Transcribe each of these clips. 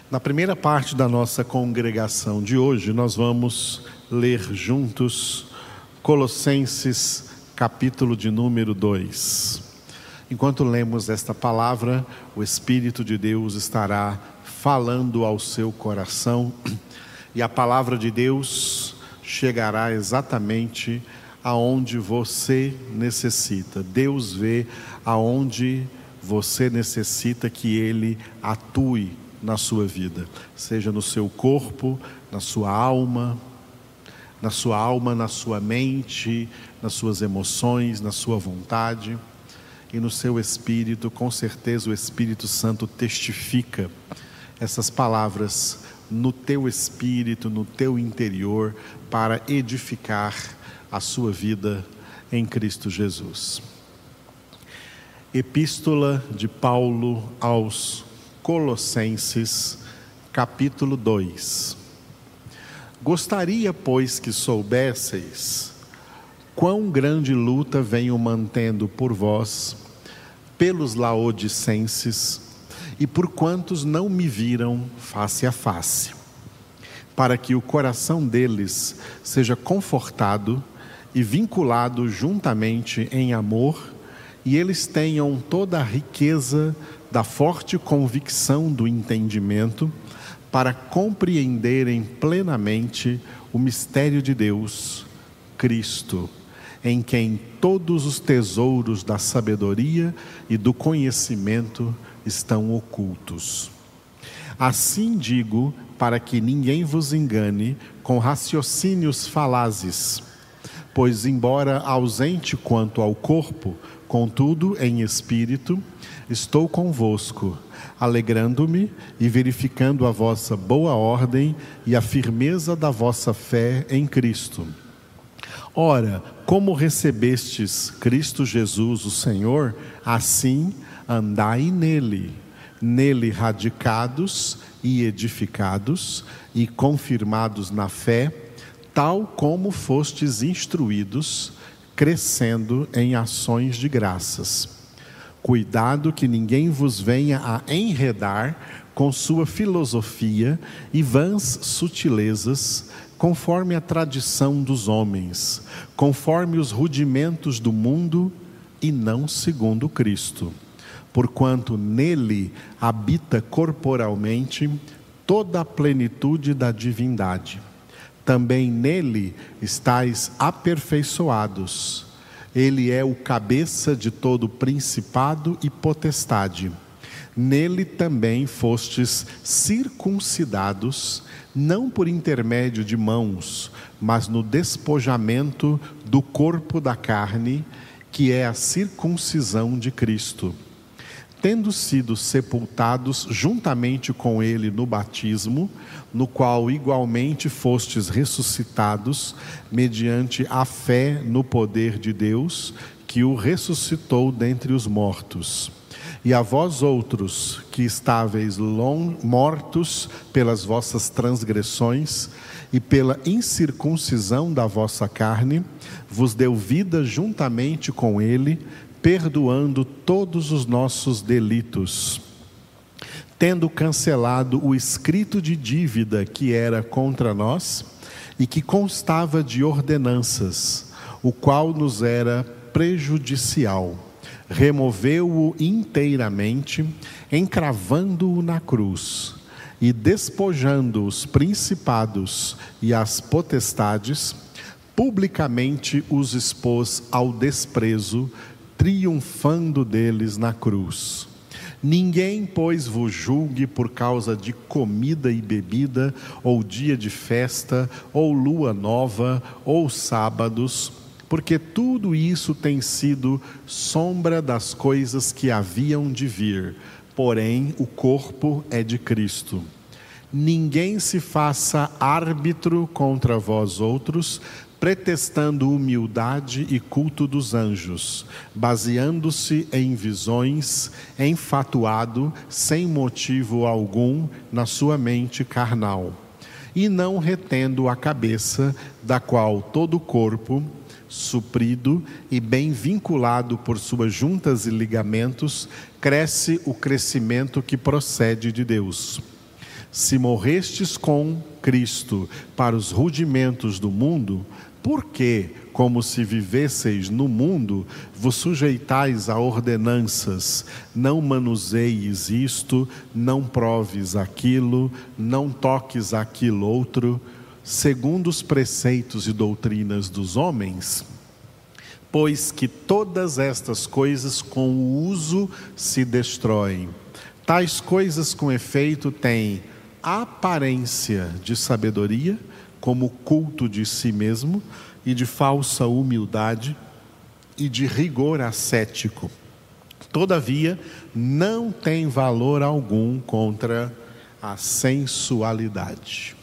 Na primeira parte da nossa congregação de hoje, nós vamos ler juntos Colossenses, capítulo de número 2. Enquanto lemos esta palavra, o Espírito de Deus estará falando ao seu coração e a palavra de Deus chegará exatamente aonde você necessita. Deus vê aonde você necessita que Ele atue na sua vida, seja no seu corpo, na sua alma, na sua mente, nas suas emoções, na sua vontade e no seu espírito. Com certeza o Espírito Santo testifica essas palavras no teu espírito, no teu interior, para edificar a sua vida em Cristo Jesus. Epístola de Paulo aos Colossenses, capítulo 2. Gostaria, pois, que soubesseis quão grande luta venho mantendo por vós, pelos laodicenses, e por quantos não me viram face a face, para que o coração deles seja confortado e vinculado juntamente em amor, e eles tenham toda a riqueza da forte convicção do entendimento, para compreenderem plenamente o mistério de Deus, Cristo, em quem todos os tesouros da sabedoria e do conhecimento estão ocultos. Assim digo, para que ninguém vos engane com raciocínios falazes, pois embora ausente quanto ao corpo, contudo em espírito, estou convosco, alegrando-me e verificando a vossa boa ordem e a firmeza da vossa fé em Cristo. Ora, como recebestes Cristo Jesus o Senhor, assim andai nele radicados e edificados e confirmados na fé, tal como fostes instruídos, crescendo em ações de graças. Cuidado que ninguém vos venha a enredar com sua filosofia e vãs sutilezas, conforme a tradição dos homens, conforme os rudimentos do mundo e não segundo Cristo. Porquanto nele habita corporalmente toda a plenitude da divindade. Também nele estáis aperfeiçoados. Ele é o cabeça de todo principado e potestade. Nele também fostes circuncidados, não por intermédio de mãos, mas no despojamento do corpo da carne, que é a circuncisão de Cristo. Tendo sido sepultados juntamente com ele no batismo, no qual igualmente fostes ressuscitados, mediante a fé no poder de Deus, que o ressuscitou dentre os mortos. E a vós outros, que estáveis mortos pelas vossas transgressões e pela incircuncisão da vossa carne, vos deu vida juntamente com ele, perdoando todos os nossos delitos, tendo cancelado o escrito de dívida que era contra nós e que constava de ordenanças, o qual nos era prejudicial. Removeu-o inteiramente, encravando-o na cruz, e despojando os principados e as potestades, publicamente os expôs ao desprezo, triunfando deles na cruz. Ninguém, pois, vos julgue por causa de comida e bebida, ou dia de festa, ou lua nova, ou sábados, porque tudo isso tem sido sombra das coisas que haviam de vir, porém o corpo é de Cristo. Ninguém se faça árbitro contra vós outros, pretextando humildade e culto dos anjos, baseando-se em visões, enfatuado, sem motivo algum, na sua mente carnal, e não retendo a cabeça, da qual todo o corpo, suprido e bem vinculado por suas juntas e ligamentos, cresce o crescimento que procede de Deus. Se morrestes com Cristo para os rudimentos do mundo, por que, como se vivesseis no mundo, vos sujeitais a ordenanças? Não manuseis isto, não proves aquilo, não toques aquilo outro, segundo os preceitos e doutrinas dos homens? Pois que todas estas coisas com o uso se destroem. Tais coisas com efeito têm aparência de sabedoria, como culto de si mesmo, e de falsa humildade, e de rigor ascético. Todavia, não tem valor algum contra a sensualidade.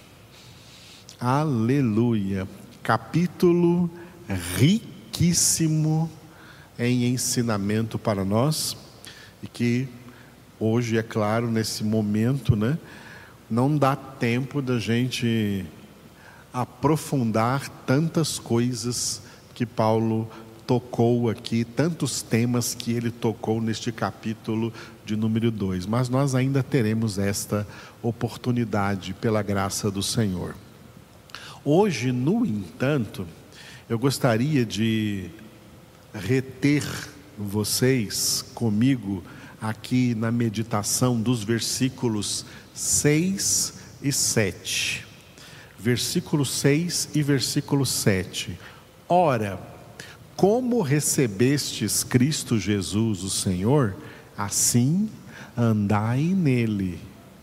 Aleluia! Capítulo riquíssimo em ensinamento para nós, e que hoje, é claro, nesse momento, não dá tempo da gente aprofundar tantas coisas que Paulo tocou aqui, tantos temas que ele tocou neste capítulo de número 2. Mas nós ainda teremos esta oportunidade pela graça do Senhor. Hoje, no entanto, eu gostaria de reter vocês comigo aqui na meditação dos versículos 6 e 7. Versículo 6 e versículo 7. Ora, como recebestes Cristo Jesus, o Senhor, assim andai nele,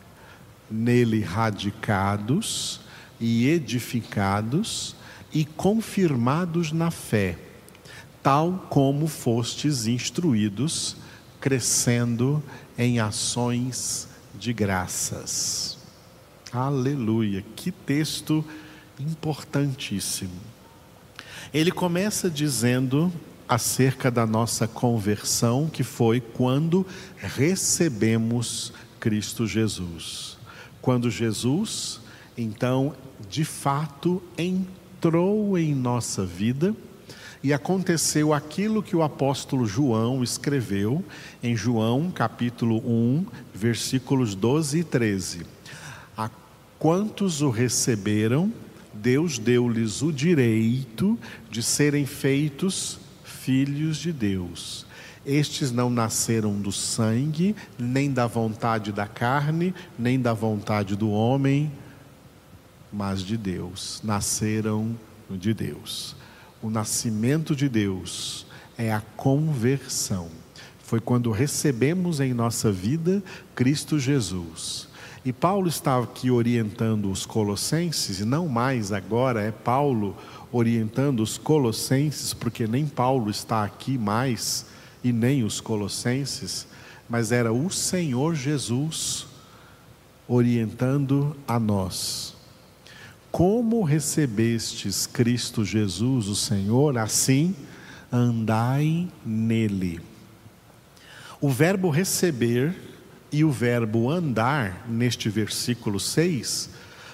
radicados e edificados e confirmados na fé, tal como fostes instruídos, crescendo em ações de graças. Aleluia, que texto importantíssimo. Ele começa dizendo acerca da nossa conversão, que foi quando recebemos Cristo Jesus. Quando Jesus, então, de fato, entrou em nossa vida, e aconteceu aquilo que o apóstolo João escreveu em João capítulo 1, versículos 12 e 13. A quantos o receberam, Deus deu-lhes o direito de serem feitos filhos de Deus. Estes não nasceram do sangue, nem da vontade da carne, nem da vontade do homem, mas de Deus. Nasceram de Deus. O nascimento de Deus é a conversão. Foi quando recebemos em nossa vida Cristo Jesus. E Paulo está aqui orientando os colossenses, e não mais agora é Paulo orientando os colossenses, porque nem Paulo está aqui mais, e nem os colossenses, mas era o Senhor Jesus orientando a nós. Como recebestes Cristo Jesus, o Senhor, assim andai nele. O verbo receber e o verbo andar, neste versículo 6,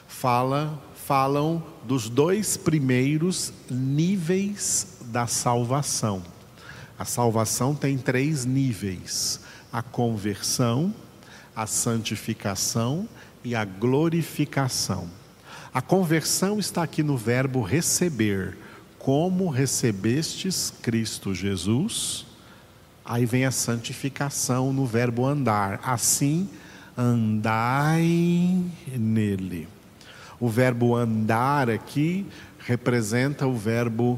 falam dos dois primeiros níveis da salvação. A salvação tem 3 níveis: a conversão, a santificação e a glorificação. A conversão está aqui no verbo receber. Como recebestes Cristo Jesus? Aí vem a santificação no verbo andar. Assim andai nele. O verbo andar aqui representa o verbo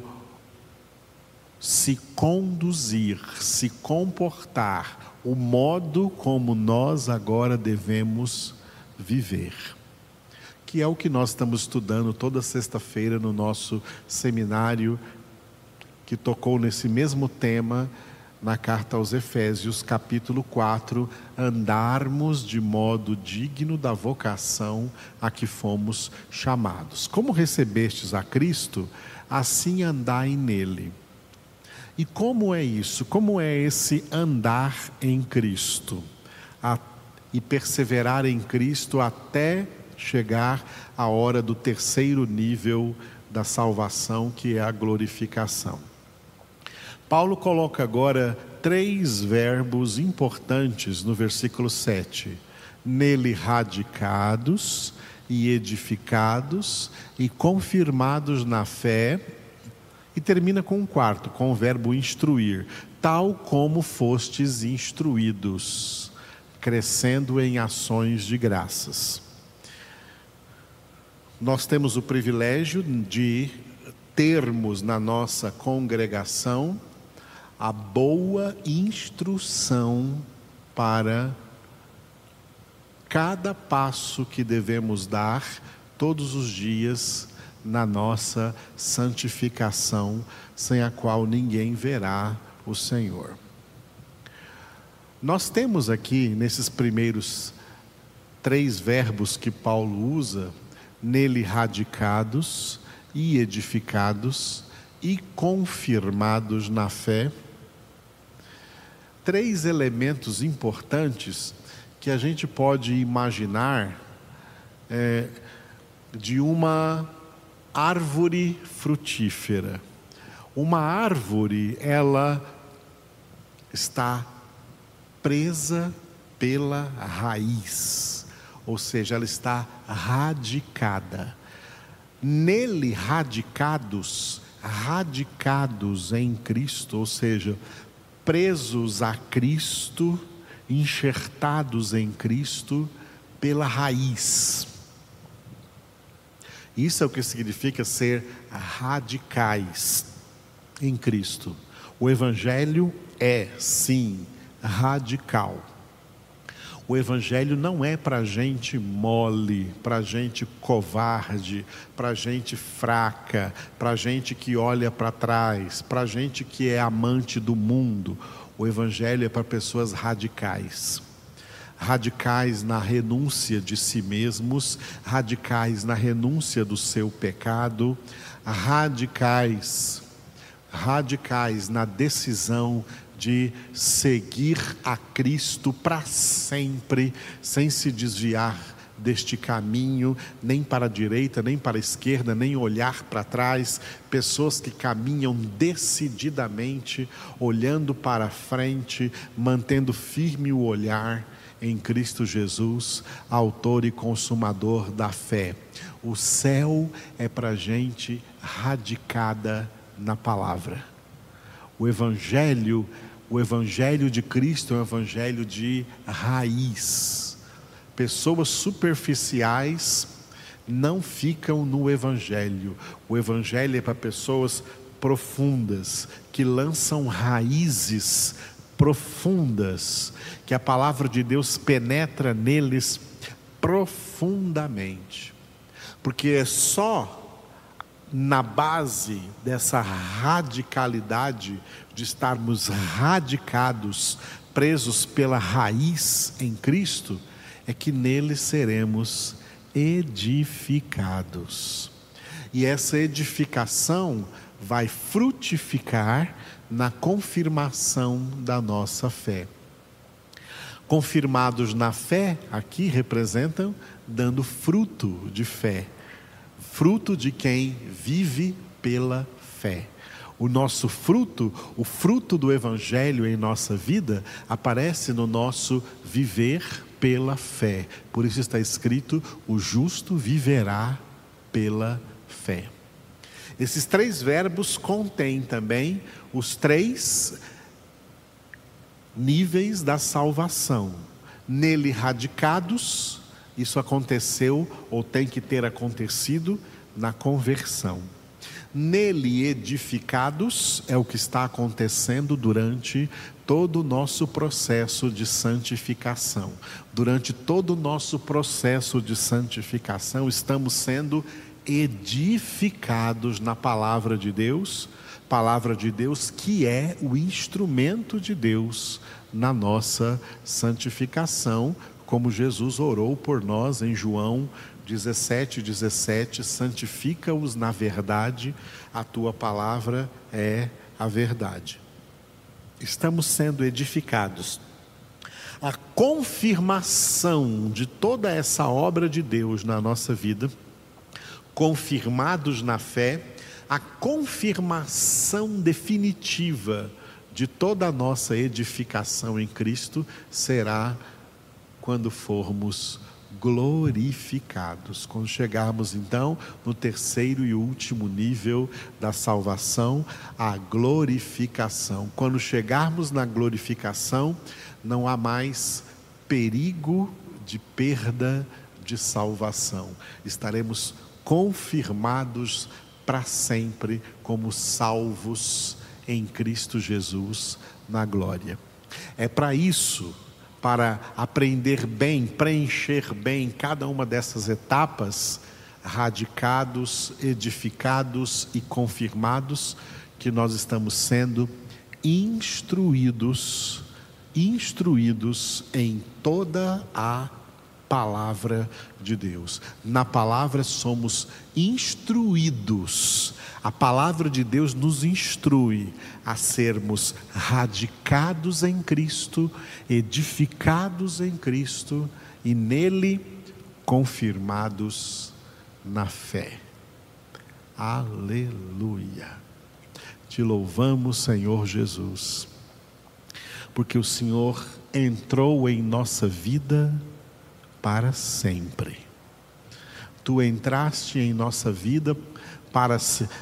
se conduzir, se comportar, o modo como nós agora devemos viver, que é o que nós estamos estudando toda sexta-feira no nosso seminário, que tocou nesse mesmo tema na carta aos Efésios, capítulo 4, andarmos de modo digno da vocação a que fomos chamados. Como recebestes a Cristo, assim andai nele. E como é isso? Como é esse andar em Cristo? E perseverar em Cristo até chegar à hora do terceiro nível da salvação, que é a glorificação. Paulo coloca agora 3 verbos importantes no versículo 7. nele radicados e edificados e confirmados na fé. E termina com um quarto, com o verbo instruir, tal como fostes instruídos, crescendo em ações de graças. Nós temos o privilégio de termos na nossa congregação a boa instrução para cada passo que devemos dar todos os dias na nossa santificação, sem a qual ninguém verá o Senhor. Nós temos aqui, nesses primeiros 3 verbos que Paulo usa, nele radicados e edificados e confirmados na fé, 3 elementos importantes que a gente pode imaginar de uma árvore frutífera. Uma árvore, ela está presa pela raiz, ou seja, ela está radicada. Nele radicados em Cristo, ou seja, presos a Cristo, enxertados em Cristo pela raiz. Isso é o que significa ser radicais em Cristo. O Evangelho é, sim, radical. O Evangelho não é para gente mole, para gente covarde, para gente fraca, para gente que olha para trás, para gente que é amante do mundo. O Evangelho é para pessoas radicais. Radicais na renúncia de si mesmos, radicais na renúncia do seu pecado, radicais na decisão de seguir a Cristo para sempre, sem se desviar deste caminho, nem para a direita, nem para a esquerda, nem olhar para trás. Pessoas que caminham decididamente, olhando para frente, mantendo firme o olhar em Cristo Jesus, autor e consumador da fé. O céu é para gente radicada na palavra. O Evangelho de Cristo é um Evangelho de raiz. Pessoas superficiais não ficam no Evangelho. O Evangelho é para pessoas profundas, que lançam raízes profundas, que a palavra de Deus penetra neles profundamente. Porque é só na base dessa radicalidade, de estarmos radicados, presos pela raiz em Cristo, é que nele seremos edificados. E essa edificação vai frutificar na confirmação da nossa fé. Confirmados na fé, aqui representam dando fruto de fé. Fruto de quem vive pela fé. O nosso fruto, o fruto do Evangelho em nossa vida, aparece no nosso viver pela fé. Por isso está escrito: o justo viverá pela fé. Esses 3 verbos contêm também os 3 níveis da salvação. Nele radicados, isso aconteceu ou tem que ter acontecido na conversão. Nele edificados, é o que está acontecendo durante todo o nosso processo de santificação. Durante todo o nosso processo de santificação, estamos sendo edificados na palavra de Deus que é o instrumento de Deus na nossa santificação, como Jesus orou por nós em João 17:17, santifica-os na verdade, a tua palavra é a verdade. Estamos sendo edificados. A confirmação de toda essa obra de Deus na nossa vida, confirmados na fé, a confirmação definitiva de toda a nossa edificação em Cristo será quando formos glorificados. Quando chegarmos então no terceiro e último nível da salvação, a glorificação. Quando chegarmos na glorificação, não há mais perigo de perda de salvação. Estaremos confirmados para sempre como salvos em Cristo Jesus na glória. É para isso, para aprender bem, preencher bem cada uma dessas etapas, radicados, edificados e confirmados, que nós estamos sendo instruídos em toda a palavra de Deus. Na palavra somos instruídos. A palavra de Deus nos instrui a sermos radicados em Cristo, edificados em Cristo e nele confirmados na fé. Aleluia! Te louvamos, Senhor Jesus, porque o Senhor entrou em nossa vida para sempre. Tu entraste em nossa vida para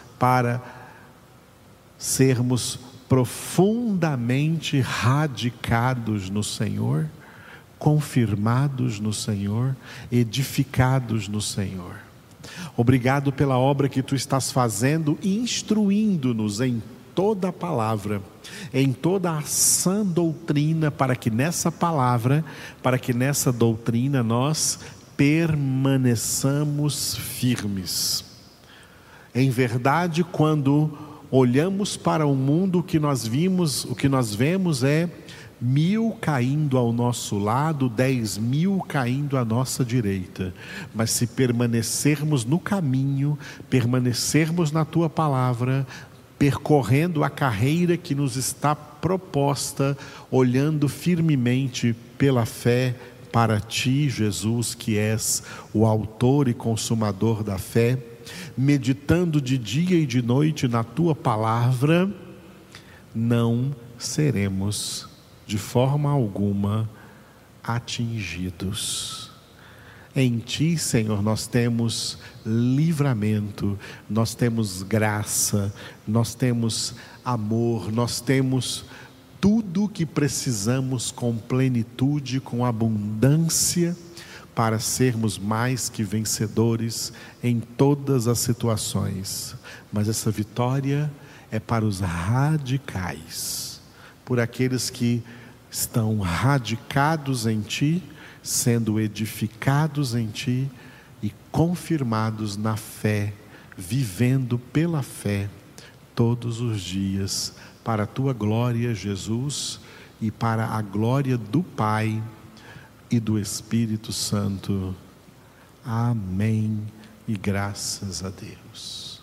sermos profundamente radicados no Senhor, confirmados no Senhor, edificados no Senhor. Obrigado pela obra que Tu estás fazendo, instruindo-nos em toda a palavra, em toda a sã doutrina, para que nessa palavra, para que nessa doutrina nós permaneçamos firmes. Em verdade, quando olhamos para o mundo, o que nós vemos é 1000 caindo ao nosso lado, 10.000 caindo à nossa direita. Mas se permanecermos no caminho, permanecermos na Tua palavra, percorrendo a carreira que nos está proposta, olhando firmemente pela fé para Ti, Jesus, que és o autor e consumador da fé, meditando de dia e de noite na Tua palavra, não seremos de forma alguma atingidos. Em Ti, Senhor, nós temos livramento, nós temos graça, nós temos amor, nós temos tudo o que precisamos com plenitude, com abundância, para sermos mais que vencedores em todas as situações. Mas essa vitória é para os radicais, por aqueles que estão radicados em Ti, sendo edificados em Ti e confirmados na fé, vivendo pela fé todos os dias, para a Tua glória, Jesus, e para a glória do Pai e do Espírito Santo. Amém e graças a Deus.